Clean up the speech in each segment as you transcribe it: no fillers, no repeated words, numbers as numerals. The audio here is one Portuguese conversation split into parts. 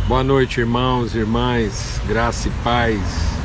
Boa noite, irmãos e irmãs, graça e paz.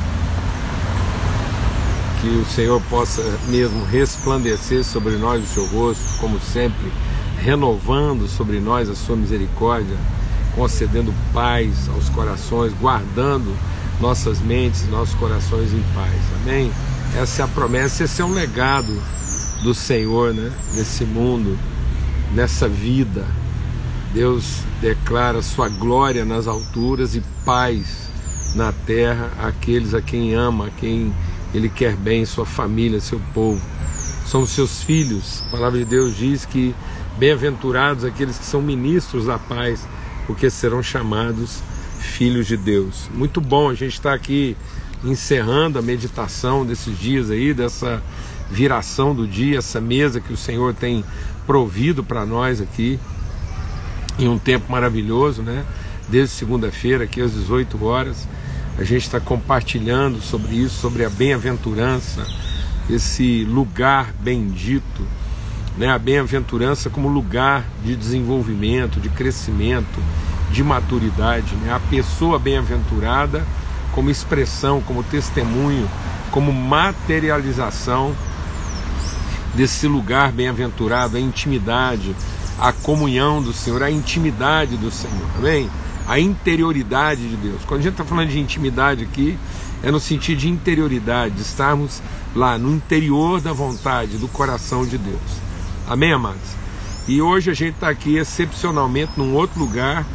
Que o Senhor possa mesmo resplandecer sobre nós o seu rosto, como sempre, renovando sobre nós a sua misericórdia, concedendo paz aos corações, guardando nossas mentes e nossos corações em paz. Amém? Essa é a promessa, esse é um legado do Senhor, né? Nesse mundo, nessa vida. Deus declara sua glória nas alturas e paz na terra àqueles a quem ama, a quem Ele quer bem, sua família, seu povo. Somos seus filhos. A palavra de Deus diz que bem-aventurados aqueles que são ministros da paz, porque serão chamados filhos de Deus. Muito bom a gente estar aqui encerrando a meditação desses dias aí, dessa viração do dia, essa mesa que o Senhor tem provido para nós aqui, em um tempo maravilhoso, né? Desde segunda-feira, aqui às 18 horas, a gente está compartilhando sobre isso, sobre a bem-aventurança, esse lugar bendito, né? A bem-aventurança como lugar de desenvolvimento, de crescimento, de maturidade, né? A pessoa bem-aventurada como expressão, como testemunho, como materialização desse lugar bem-aventurado, a intimidade, a comunhão do Senhor, a intimidade do Senhor, amém? A interioridade de Deus. Quando a gente está falando de intimidade aqui, é no sentido de interioridade, de estarmos lá no interior da vontade, do coração de Deus, amém, amados? E hoje a gente está aqui excepcionalmente num outro lugar,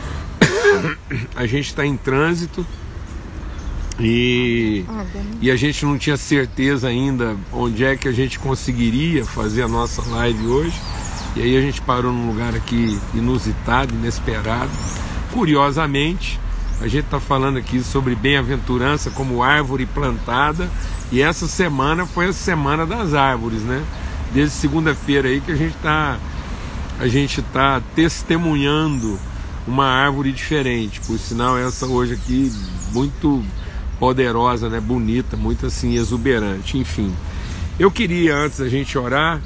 a gente está em trânsito e a gente não tinha certeza ainda onde é que a gente conseguiria fazer a nossa live hoje. E aí a gente parou num lugar aqui inusitado, inesperado. Curiosamente, a gente está falando aqui sobre bem-aventurança como árvore plantada. E essa semana foi a semana das árvores, né? Desde segunda-feira aí que a gente tá testemunhando uma árvore diferente. Por sinal, essa hoje aqui muito poderosa, né? Bonita, muito assim exuberante. Enfim, eu queria, antes da gente orar,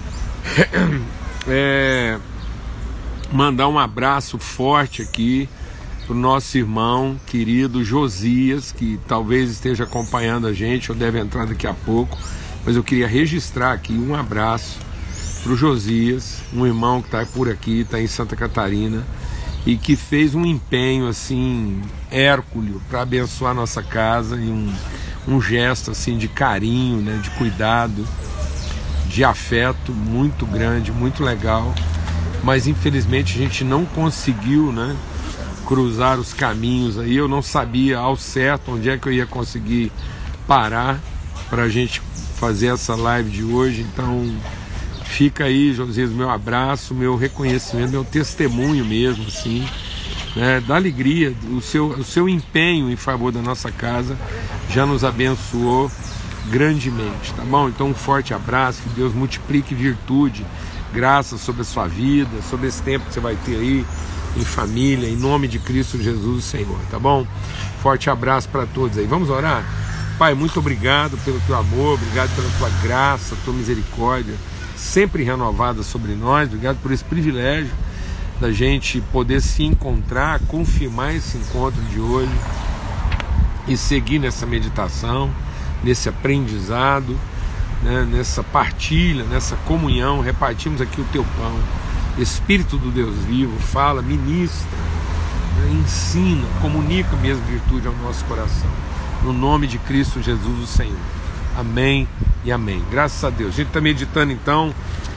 mandar um abraço forte aqui para o nosso irmão querido Josias, que talvez esteja acompanhando a gente ou deve entrar daqui a pouco, mas eu queria registrar aqui um abraço para o Josias, um irmão que está por aqui, está em Santa Catarina, e que fez um empenho assim hércules para abençoar a nossa casa, e um gesto assim de carinho, né, de cuidado, de afeto muito grande, muito legal, mas infelizmente a gente não conseguiu, né, cruzar os caminhos aí. Eu não sabia ao certo onde é que eu ia conseguir parar para a gente fazer essa live de hoje. Então fica aí, Josias, meu abraço, meu reconhecimento, meu testemunho mesmo, assim, né, da alegria, o seu empenho em favor da nossa casa já nos abençoou grandemente, tá bom? Então um forte abraço, que Deus multiplique virtude, graça sobre a sua vida, sobre esse tempo que você vai ter aí em família, em nome de Cristo Jesus, o Senhor, tá bom? Forte abraço para todos aí. Vamos orar? Pai, muito obrigado pelo teu amor, obrigado pela tua graça, tua misericórdia sempre renovada sobre nós. Obrigado por esse privilégio da gente poder se encontrar, confirmar esse encontro de hoje e seguir nessa meditação, nesse aprendizado, né, nessa partilha, nessa comunhão. Repartimos aqui o teu pão. Espírito do Deus vivo, fala, ministra, né, ensina, comunica mesmo virtude ao nosso coração, no nome de Cristo Jesus o Senhor, amém e amém. Graças a Deus. A gente está meditando então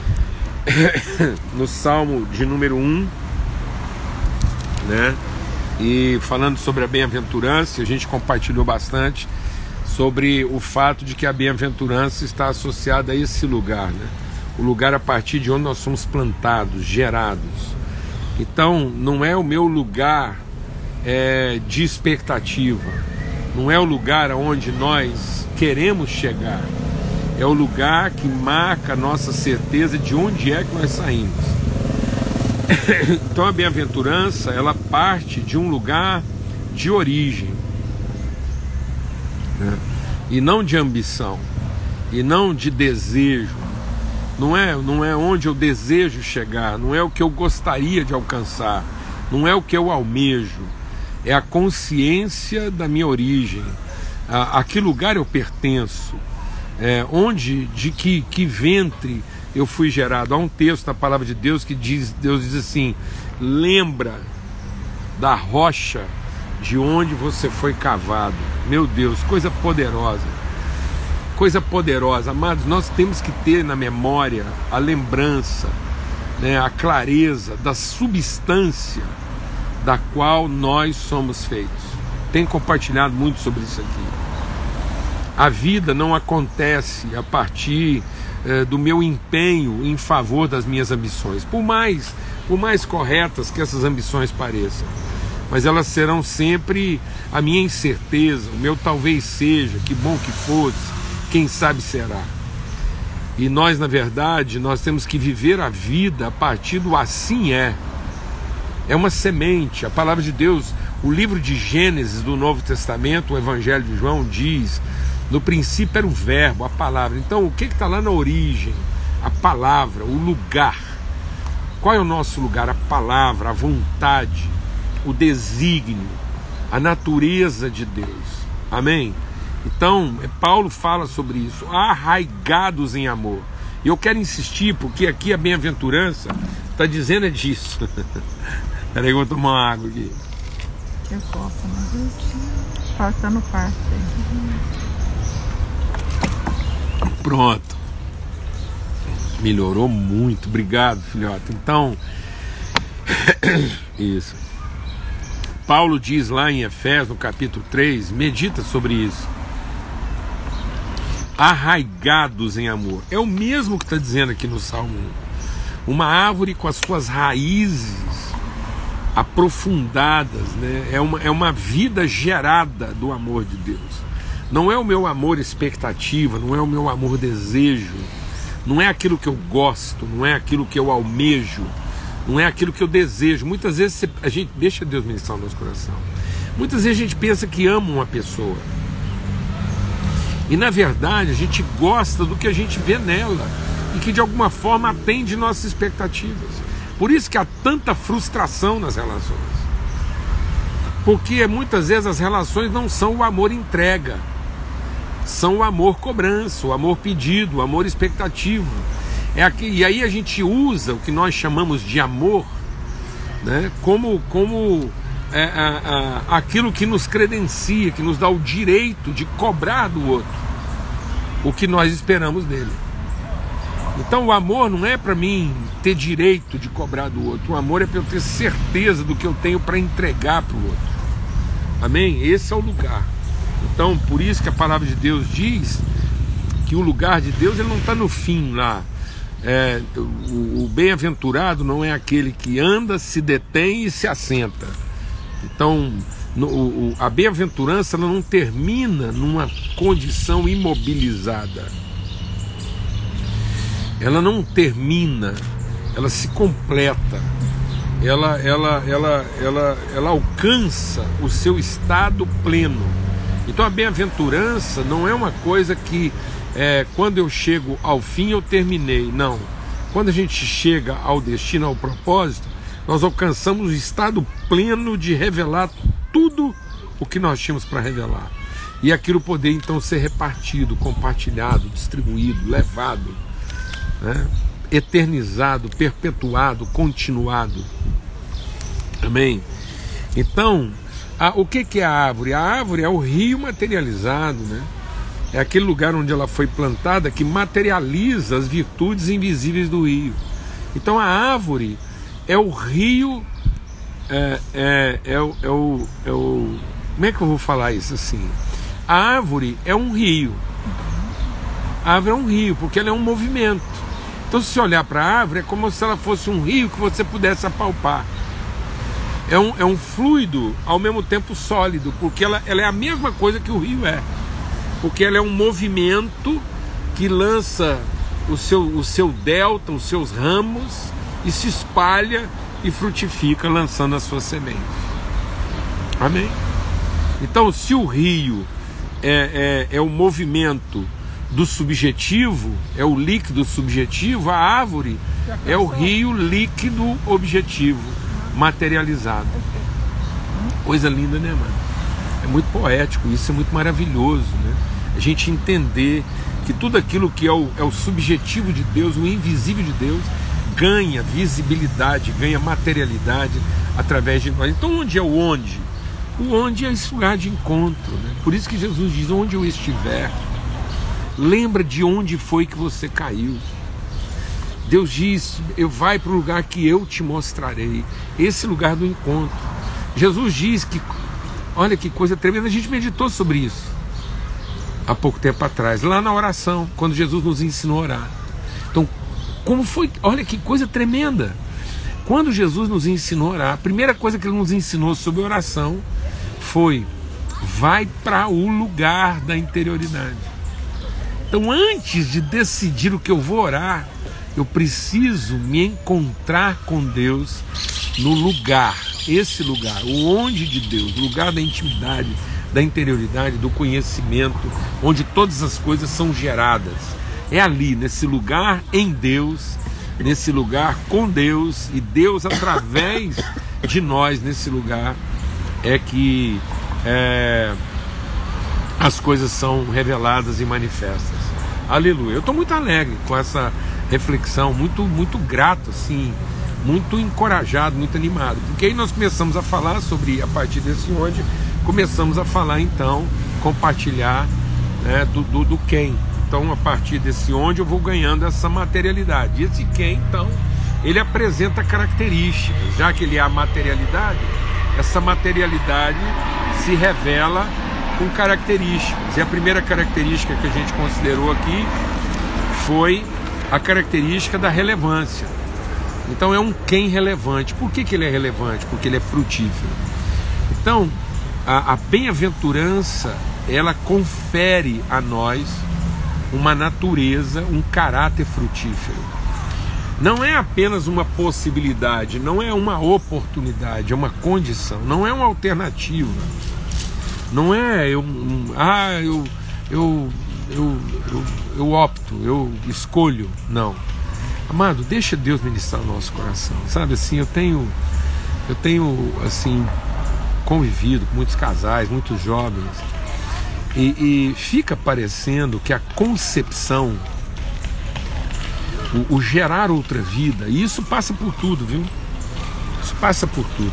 no Salmo de número 1, né, e falando sobre a bem-aventurança. A gente compartilhou bastante sobre o fato de que a bem-aventurança está associada a esse lugar, né? O lugar a partir de onde nós somos plantados, gerados. Então, não é o meu lugar de expectativa, não é o lugar aonde nós queremos chegar, é o lugar que marca a nossa certeza de onde é que nós saímos. Então a bem-aventurança, ela parte de um lugar de origem, né? E não de ambição, e não de desejo. Não é onde eu desejo chegar, não é o que eu gostaria de alcançar, não é o que eu almejo, é a consciência da minha origem, a que lugar eu pertenço, de que ventre eu fui gerado. Há um texto da palavra de Deus que Deus diz assim: lembra da rocha de onde você foi cavado. Meu Deus, coisa poderosa, amados. Nós temos que ter na memória a lembrança, a clareza da substância da qual nós somos feitos. Tenho compartilhado muito sobre isso aqui. A vida não acontece a partir do meu empenho em favor das minhas ambições, por mais corretas que essas ambições pareçam, mas elas serão sempre a minha incerteza, o meu talvez seja, que bom que fosse, quem sabe será. E nós, na verdade, nós temos que viver a vida a partir do assim é. É uma semente. A palavra de Deus, o livro de Gênesis do Novo Testamento, o Evangelho de João diz: no princípio era o verbo, a palavra. Então, o que está lá na origem? A palavra, o lugar. Qual é o nosso lugar? A palavra, a vontade, o desígnio, a natureza de Deus. Amém? Então, Paulo fala sobre isso, arraigados em amor. E eu quero insistir, porque aqui a bem-aventurança está dizendo é disso. Peraí que eu vou tomar uma água aqui. Eu posso, mas está no parque. Pronto. Melhorou muito. Obrigado, filhote. Então, isso. Paulo diz lá em Efésios, no capítulo 3, medita sobre isso. Arraigados em amor. É o mesmo que está dizendo aqui no Salmo 1. Uma árvore com as suas raízes aprofundadas, é uma vida gerada do amor de Deus. Não é o meu amor expectativa, não é o meu amor desejo, não é aquilo que eu gosto, não é aquilo que eu almejo, não é aquilo que eu desejo. Muitas vezes a gente deixa Deus ministrar no nosso coração. Muitas vezes a gente pensa que ama uma pessoa e na verdade a gente gosta do que a gente vê nela e que de alguma forma atende nossas expectativas. Por isso que há tanta frustração nas relações, porque muitas vezes as relações não são o amor entrega, são o amor cobrança, o amor pedido, o amor expectativa. E aí a gente usa o que nós chamamos de amor, como aquilo que nos credencia, que nos dá o direito de cobrar do outro o que nós esperamos dele. Então o amor não é para mim ter direito de cobrar do outro. O amor é para eu ter certeza do que eu tenho para entregar para o outro. Amém? Esse é o lugar. Então por isso que a palavra de Deus diz que o lugar de Deus ele não está no fim lá. O bem-aventurado não é aquele que anda, se detém e se assenta. Então a bem-aventurança ela não termina numa condição imobilizada. Ela não termina, ela se completa, ela alcança o seu estado pleno. Então a bem-aventurança não é uma coisa que quando eu chego ao fim eu terminei, não. Quando a gente chega ao destino, ao propósito, nós alcançamos o estado pleno de revelar tudo o que nós tínhamos para revelar. E aquilo poder então ser repartido, compartilhado, distribuído, levado, eternizado, perpetuado, continuado. Amém? Então, o que é a árvore? A árvore é o rio materializado, É aquele lugar onde ela foi plantada que materializa as virtudes invisíveis do rio. Então a árvore é o rio, como é que eu vou falar isso assim? A árvore é um rio. A árvore é um rio, porque ela é um movimento. Então, se você olhar para a árvore, é como se ela fosse um rio que você pudesse apalpar. É um fluido, ao mesmo tempo sólido, porque ela é a mesma coisa que o rio é. Porque ela é um movimento que lança o seu delta, os seus ramos, e se espalha e frutifica, lançando as suas sementes. Amém? Então, se o rio é o movimento do subjetivo, é o líquido subjetivo, a árvore é o rio líquido objetivo, materializado. Coisa linda, né, mano? É muito poético, isso é muito maravilhoso, né? A gente entender que tudo aquilo que é o subjetivo de Deus, o invisível de Deus, ganha visibilidade, ganha materialidade através de nós. Então onde é o onde? O onde é esse lugar de encontro, né? Por isso que Jesus diz, onde eu estiver, lembra de onde foi que você caiu. Deus diz, eu vai para o lugar que eu te mostrarei, esse lugar do encontro. Jesus diz que, olha que coisa tremenda, a gente meditou sobre isso há pouco tempo atrás, lá na oração, quando Jesus nos ensinou a orar. Então, como foi, olha que coisa tremenda. Quando Jesus nos ensinou a orar, a primeira coisa que Ele nos ensinou sobre oração foi, vai para o lugar da interioridade. Então, antes de decidir o que eu vou orar, eu preciso me encontrar com Deus no lugar, esse lugar, o onde de Deus, o lugar da intimidade, da interioridade, do conhecimento, onde todas as coisas são geradas. É ali, nesse lugar em Deus, nesse lugar com Deus, e Deus através de nós nesse lugar é que as coisas são reveladas e manifestas. Aleluia. Eu estou muito alegre com essa reflexão, muito grato, assim, muito encorajado, muito animado, porque aí nós começamos a falar sobre, a partir desse onde, começamos a falar então, compartilhar, né, do quem. Então, a partir desse onde eu vou ganhando essa materialidade. E esse quem, então, ele apresenta características. Já que ele é a materialidade, essa materialidade se revela com características. E a primeira característica que a gente considerou aqui foi a característica da relevância. Então, é um quem relevante. Por que ele é relevante? Porque ele é frutífero. Então, a bem-aventurança, ela confere a nós uma natureza, um caráter frutífero. Não é apenas uma possibilidade, não é uma oportunidade, é uma condição, não é uma alternativa. Não é eu opto, eu escolho, não. Amado, deixa Deus ministrar o nosso coração. Sabe assim, eu tenho assim convivido com muitos casais, muitos jovens, e fica parecendo que a concepção, o gerar outra vida, e isso passa por tudo, viu? Isso passa por tudo.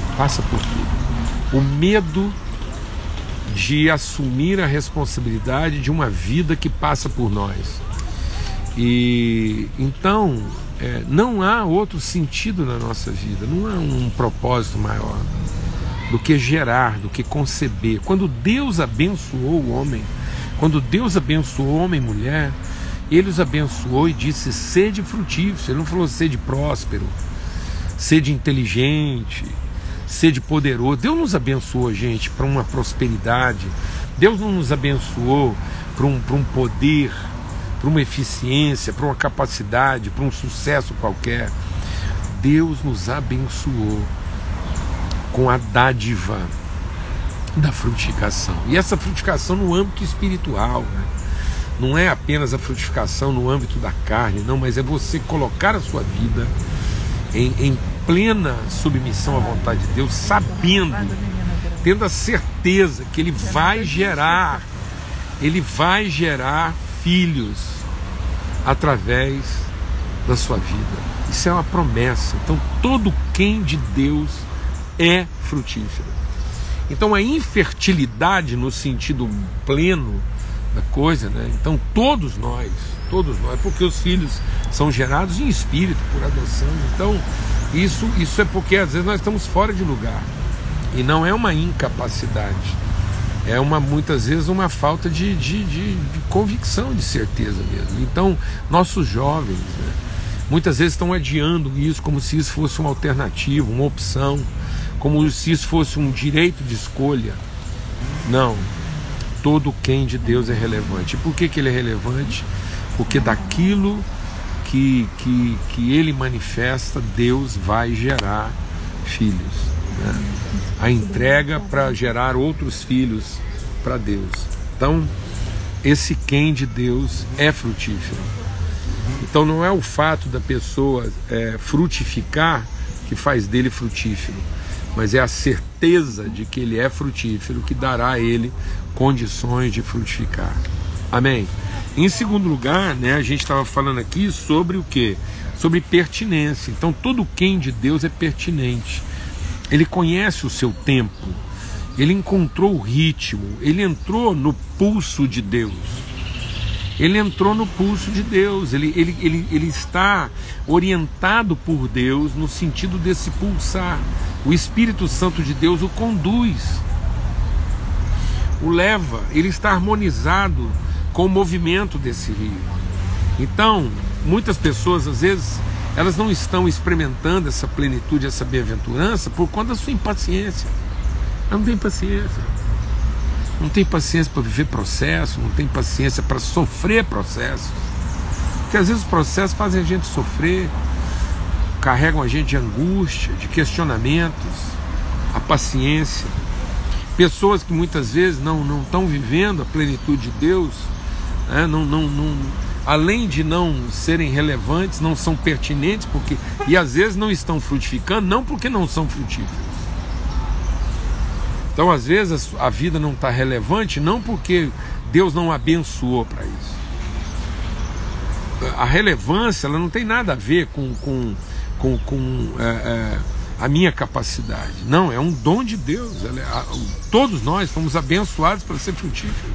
O medo de assumir a responsabilidade de uma vida que passa por nós. E então não há outro sentido na nossa vida, não há um propósito maior do que gerar, do que conceber. Quando Deus abençoou o homem, quando Deus abençoou homem e mulher, Ele os abençoou e disse, sede frutífero. Ele não falou sede próspero, sede inteligente, sede poderoso. Deus nos abençoou, gente, para uma prosperidade. Deus não nos abençoou para um poder, para uma eficiência, para uma capacidade, para um sucesso qualquer. Deus nos abençoou com a dádiva da frutificação. E essa frutificação no âmbito espiritual, né? Não é apenas a frutificação no âmbito da carne, não, mas é você colocar a sua vida em plena submissão à vontade de Deus, sabendo, tendo a certeza que Ele vai gerar filhos através da sua vida. Isso é uma promessa. Então todo quem de Deus é frutífero. Então a infertilidade no sentido pleno da coisa, né? Então todos nós, porque os filhos são gerados em espírito, por adoção. Então isso é porque às vezes nós estamos fora de lugar, e não é uma incapacidade, é muitas vezes uma falta de convicção, de certeza mesmo. Então nossos jovens, né, muitas vezes estão adiando isso como se isso fosse uma alternativa, uma opção, como se isso fosse um direito de escolha. Não, todo quem de Deus é relevante. E por que ele é relevante? Porque daquilo que Ele manifesta, Deus vai gerar filhos, né? A entrega para gerar outros filhos para Deus. Então esse quem de Deus é frutífero. Então não é o fato da pessoa frutificar que faz dele frutífero, mas é a certeza de que ele é frutífero que dará a ele condições de frutificar. Amém? Em segundo lugar, né, a gente estava falando aqui sobre o quê? Sobre pertinência. Então todo quem de Deus é pertinente. Ele conhece o seu tempo, ele encontrou o ritmo, ele entrou no pulso de Deus. Ele entrou no pulso de Deus, ele está orientado por Deus no sentido desse pulsar. O Espírito Santo de Deus o conduz, o leva, ele está harmonizado com o movimento desse rio. Então, muitas pessoas, às vezes, elas não estão experimentando essa plenitude, essa bem-aventurança por conta da sua impaciência. Ela não tem paciência. Não tem paciência para viver processo, não tem paciência para sofrer processos. Porque às vezes os processos fazem a gente sofrer, carregam a gente de angústia, de questionamentos, a paciência. Pessoas que muitas vezes não estão vivendo a plenitude de Deus, né? Além de não serem relevantes, não são pertinentes, e às vezes não estão frutificando, não porque não são frutíferos. Então, às vezes, a vida não está relevante, não porque Deus não abençoou para isso. A relevância, ela não tem nada a ver com a minha capacidade. Não, é um dom de Deus. Todos nós fomos abençoados para ser frutíferos.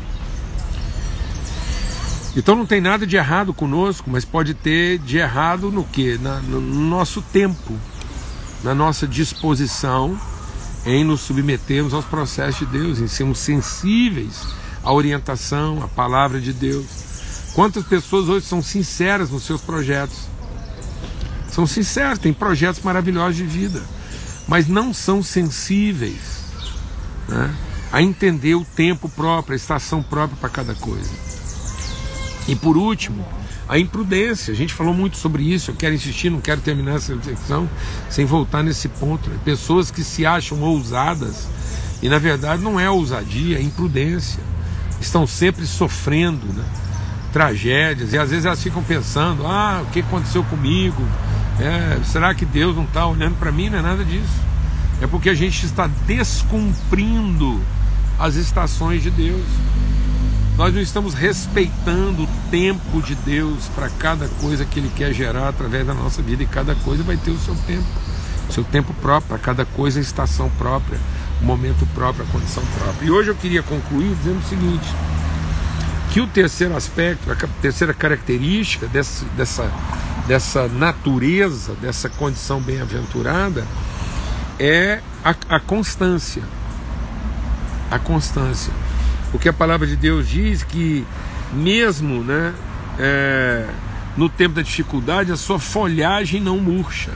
Então não tem nada de errado conosco, mas pode ter de errado no quê? No nosso tempo, na nossa disposição em nos submetermos aos processos de Deus, em sermos sensíveis à orientação, à palavra de Deus. Quantas pessoas hoje são sinceras nos seus projetos? São sinceras, têm projetos maravilhosos de vida, mas não são sensíveis, né, a entender o tempo próprio, a estação própria para cada coisa. E por último, a imprudência. A gente falou muito sobre isso, eu quero insistir, não quero terminar essa reflexão sem voltar nesse ponto. Pessoas que se acham ousadas e na verdade não é ousadia, é imprudência. Estão sempre sofrendo, né, tragédias, e às vezes elas ficam pensando: o que aconteceu comigo? Será que Deus não está olhando para mim? Não é nada disso. É porque a gente está descumprindo as estações de Deus. Nós não estamos respeitando o tempo de Deus para cada coisa que Ele quer gerar através da nossa vida, e cada coisa vai ter o seu tempo próprio, para cada coisa a estação própria, o momento próprio, a condição própria. E hoje eu queria concluir dizendo o seguinte, que o terceiro aspecto, a terceira característica dessa natureza, dessa condição bem-aventurada, é a constância. A constância. Porque a palavra de Deus diz que mesmo, né, no tempo da dificuldade, a sua folhagem não murcha.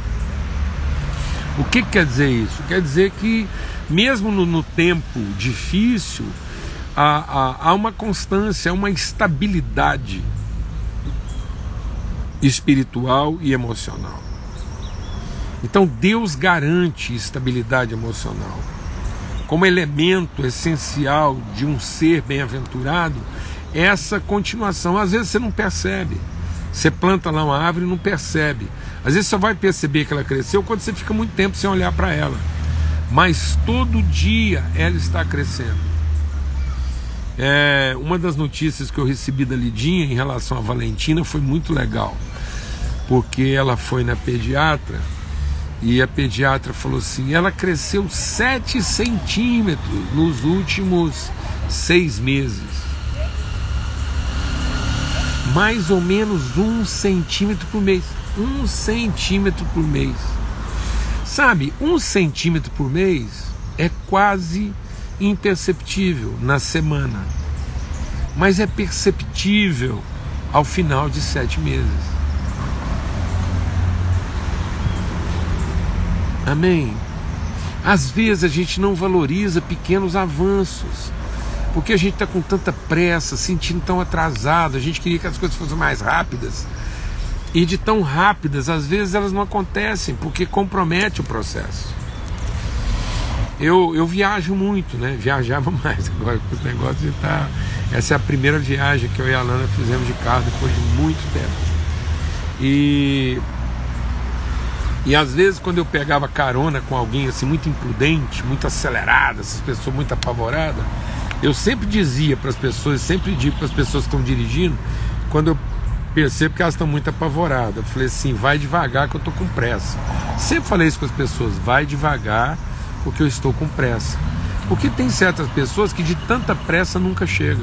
O que quer dizer isso? Quer dizer que mesmo no tempo difícil, há uma constância, uma estabilidade espiritual e emocional. Então Deus garante estabilidade emocional como elemento essencial de um ser bem-aventurado. Essa continuação, às vezes você não percebe, você planta lá uma árvore e não percebe, às vezes você vai perceber que ela cresceu quando você fica muito tempo sem olhar para ela, mas todo dia ela está crescendo. Uma das notícias que eu recebi da Lidinha em relação à Valentina foi muito legal, porque ela foi na pediatra e a pediatra falou assim: ela cresceu 7 centímetros nos últimos 6 meses. Mais ou menos 1 centímetro por mês. 1 centímetro por mês. Sabe, 1 centímetro por mês é quase imperceptível na semana, mas é perceptível ao final de 7 meses. Amém? Às vezes a gente não valoriza pequenos avanços, porque a gente está com tanta pressa, sentindo tão atrasado, a gente queria que as coisas fossem mais rápidas, e de tão rápidas, às vezes elas não acontecem, porque compromete o processo. Eu viajo muito, né? Viajava mais agora com os negócios de estar. Essa é a primeira viagem que eu e a Alana fizemos de carro depois de muito tempo. E E às vezes quando eu pegava carona com alguém assim muito imprudente, muito acelerado, essas pessoas muito apavoradas, eu sempre dizia para as pessoas, sempre digo para as pessoas que estão dirigindo, quando eu percebo que elas estão muito apavoradas, eu falei assim, vai devagar que eu estou com pressa. Sempre falei isso com as pessoas, vai devagar porque eu estou com pressa. Porque tem certas pessoas que de tanta pressa nunca chegam.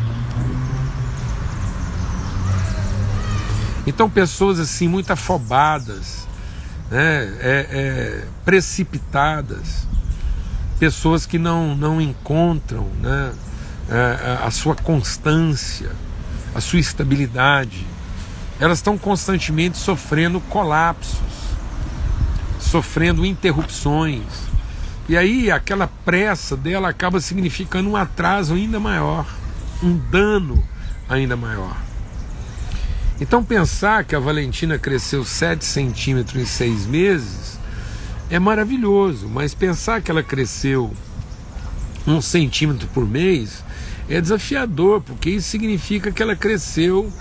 Então pessoas assim muito afobadas, né, precipitadas, pessoas que não encontram, né, a sua constância, a sua estabilidade, elas estão constantemente sofrendo colapsos, sofrendo interrupções, e aí aquela pressa dela acaba significando um atraso ainda maior, um dano ainda maior. Então pensar que a Valentina cresceu 7 centímetros em 6 meses é maravilhoso, mas pensar que ela cresceu 1 centímetro por mês é desafiador, porque isso significa que ela cresceu,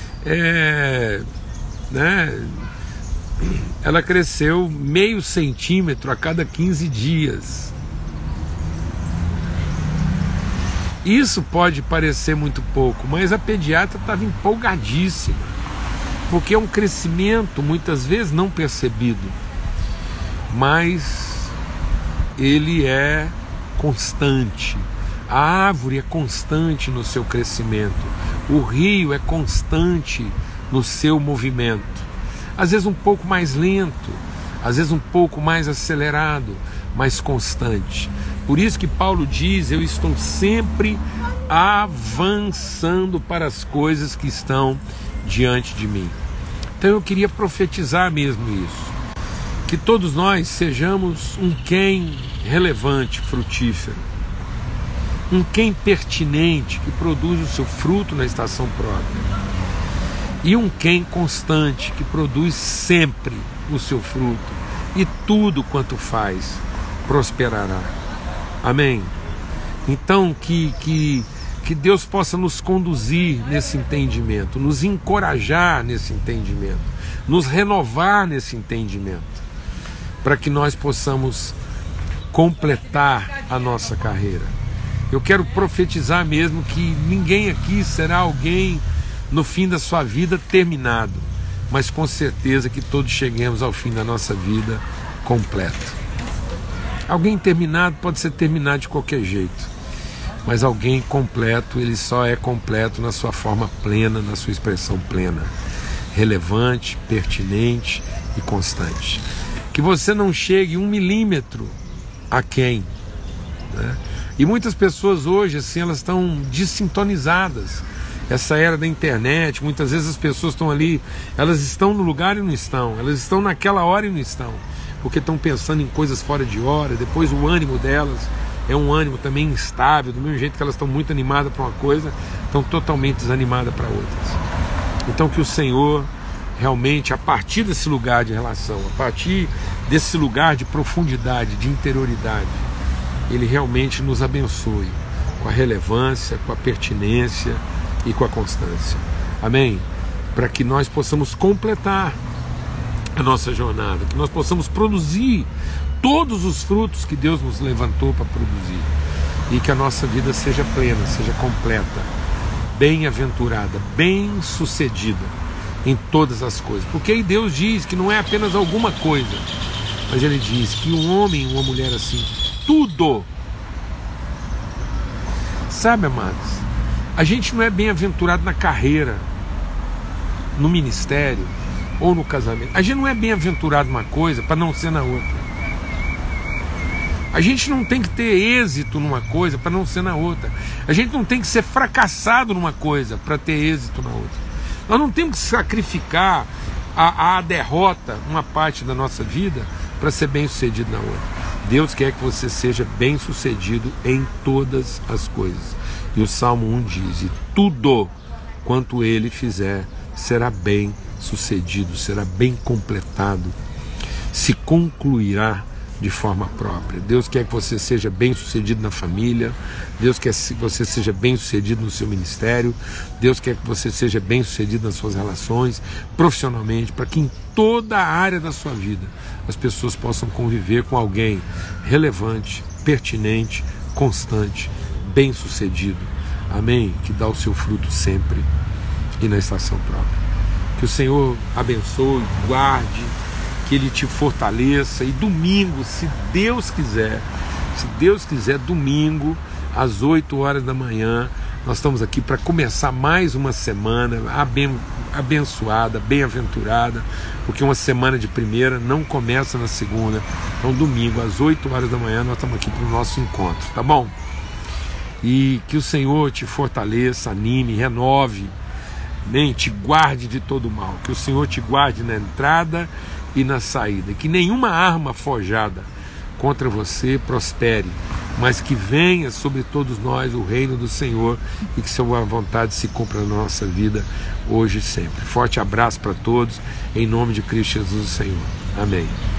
ela cresceu meio centímetro a cada 15 dias. Isso pode parecer muito pouco, mas a pediatra estava empolgadíssima, porque é um crescimento muitas vezes não percebido, mas ele é constante. A árvore é constante no seu crescimento, o rio é constante no seu movimento, às vezes um pouco mais lento, às vezes um pouco mais acelerado, mas constante. Por isso que Paulo diz, eu estou sempre avançando para as coisas que estão diante de mim. Então eu queria profetizar mesmo isso, que todos nós sejamos um quem relevante, frutífero, um quem pertinente, que produz o seu fruto na estação própria, e um quem constante, que produz sempre o seu fruto, e tudo quanto faz prosperará. Amém? Então que Deus possa nos conduzir nesse entendimento, nos encorajar nesse entendimento, nos renovar nesse entendimento, para que nós possamos completar a nossa carreira. Eu quero profetizar mesmo que ninguém aqui será alguém no fim da sua vida terminado, mas com certeza que todos cheguemos ao fim da nossa vida completo. Alguém terminado pode ser terminado de qualquer jeito, mas alguém completo, ele só é completo na sua forma plena, na sua expressão plena, relevante, pertinente e constante. Que você não chegue 1 milímetro aquém, né? E muitas pessoas hoje, assim, elas estão desintonizadas. Essa era da internet, muitas vezes as pessoas estão ali, elas estão no lugar e não estão, elas estão naquela hora e não estão, porque estão pensando em coisas fora de hora. Depois o ânimo delas é um ânimo também instável, do mesmo jeito que elas estão muito animadas para uma coisa, estão totalmente desanimadas para outras. Então que o Senhor realmente, a partir desse lugar de relação, a partir desse lugar de profundidade, de interioridade, Ele realmente nos abençoe com a relevância, com a pertinência e com a constância. Amém? Para que nós possamos completar a nossa jornada, que nós possamos produzir todos os frutos que Deus nos levantou para produzir, e que a nossa vida seja plena, seja completa, bem-aventurada, bem-sucedida em todas as coisas. Porque aí Deus diz que não é apenas alguma coisa, mas Ele diz que um homem e uma mulher assim, tudo. Sabe, amados, a gente não é bem-aventurado na carreira, no ministério ou no casamento. A gente não é bem-aventurado numa coisa para não ser na outra. A gente não tem que ter êxito numa coisa para não ser na outra. A gente não tem que ser fracassado numa coisa para ter êxito na outra. Nós não temos que sacrificar a derrota, uma parte da nossa vida, para ser bem-sucedido na outra. Deus quer que você seja bem-sucedido em todas as coisas. E o Salmo 1 diz, e tudo quanto Ele fizer será bem-sucedido, será bem completado, se concluirá de forma própria. Deus quer que você seja bem-sucedido na família, Deus quer que você seja bem-sucedido no seu ministério, Deus quer que você seja bem-sucedido nas suas relações, profissionalmente, para que em toda a área da sua vida as pessoas possam conviver com alguém relevante, pertinente, constante, bem-sucedido. Amém? Que dá o seu fruto sempre e na estação própria. Que o Senhor abençoe, guarde, que Ele te fortaleça. E domingo, se Deus quiser, domingo, às 8 horas da manhã, nós estamos aqui para começar mais uma semana abençoada, bem-aventurada, porque uma semana de primeira não começa na segunda. Então domingo, às 8 horas da manhã, nós estamos aqui para o nosso encontro, tá bom? E que o Senhor te fortaleça, anime, renove, nem te guarde de todo mal. Que o Senhor te guarde na entrada e na saída. Que nenhuma arma forjada contra você prospere, mas que venha sobre todos nós o reino do Senhor e que sua vontade se cumpra na nossa vida hoje e sempre. Forte abraço para todos, em nome de Cristo Jesus, o Senhor. Amém.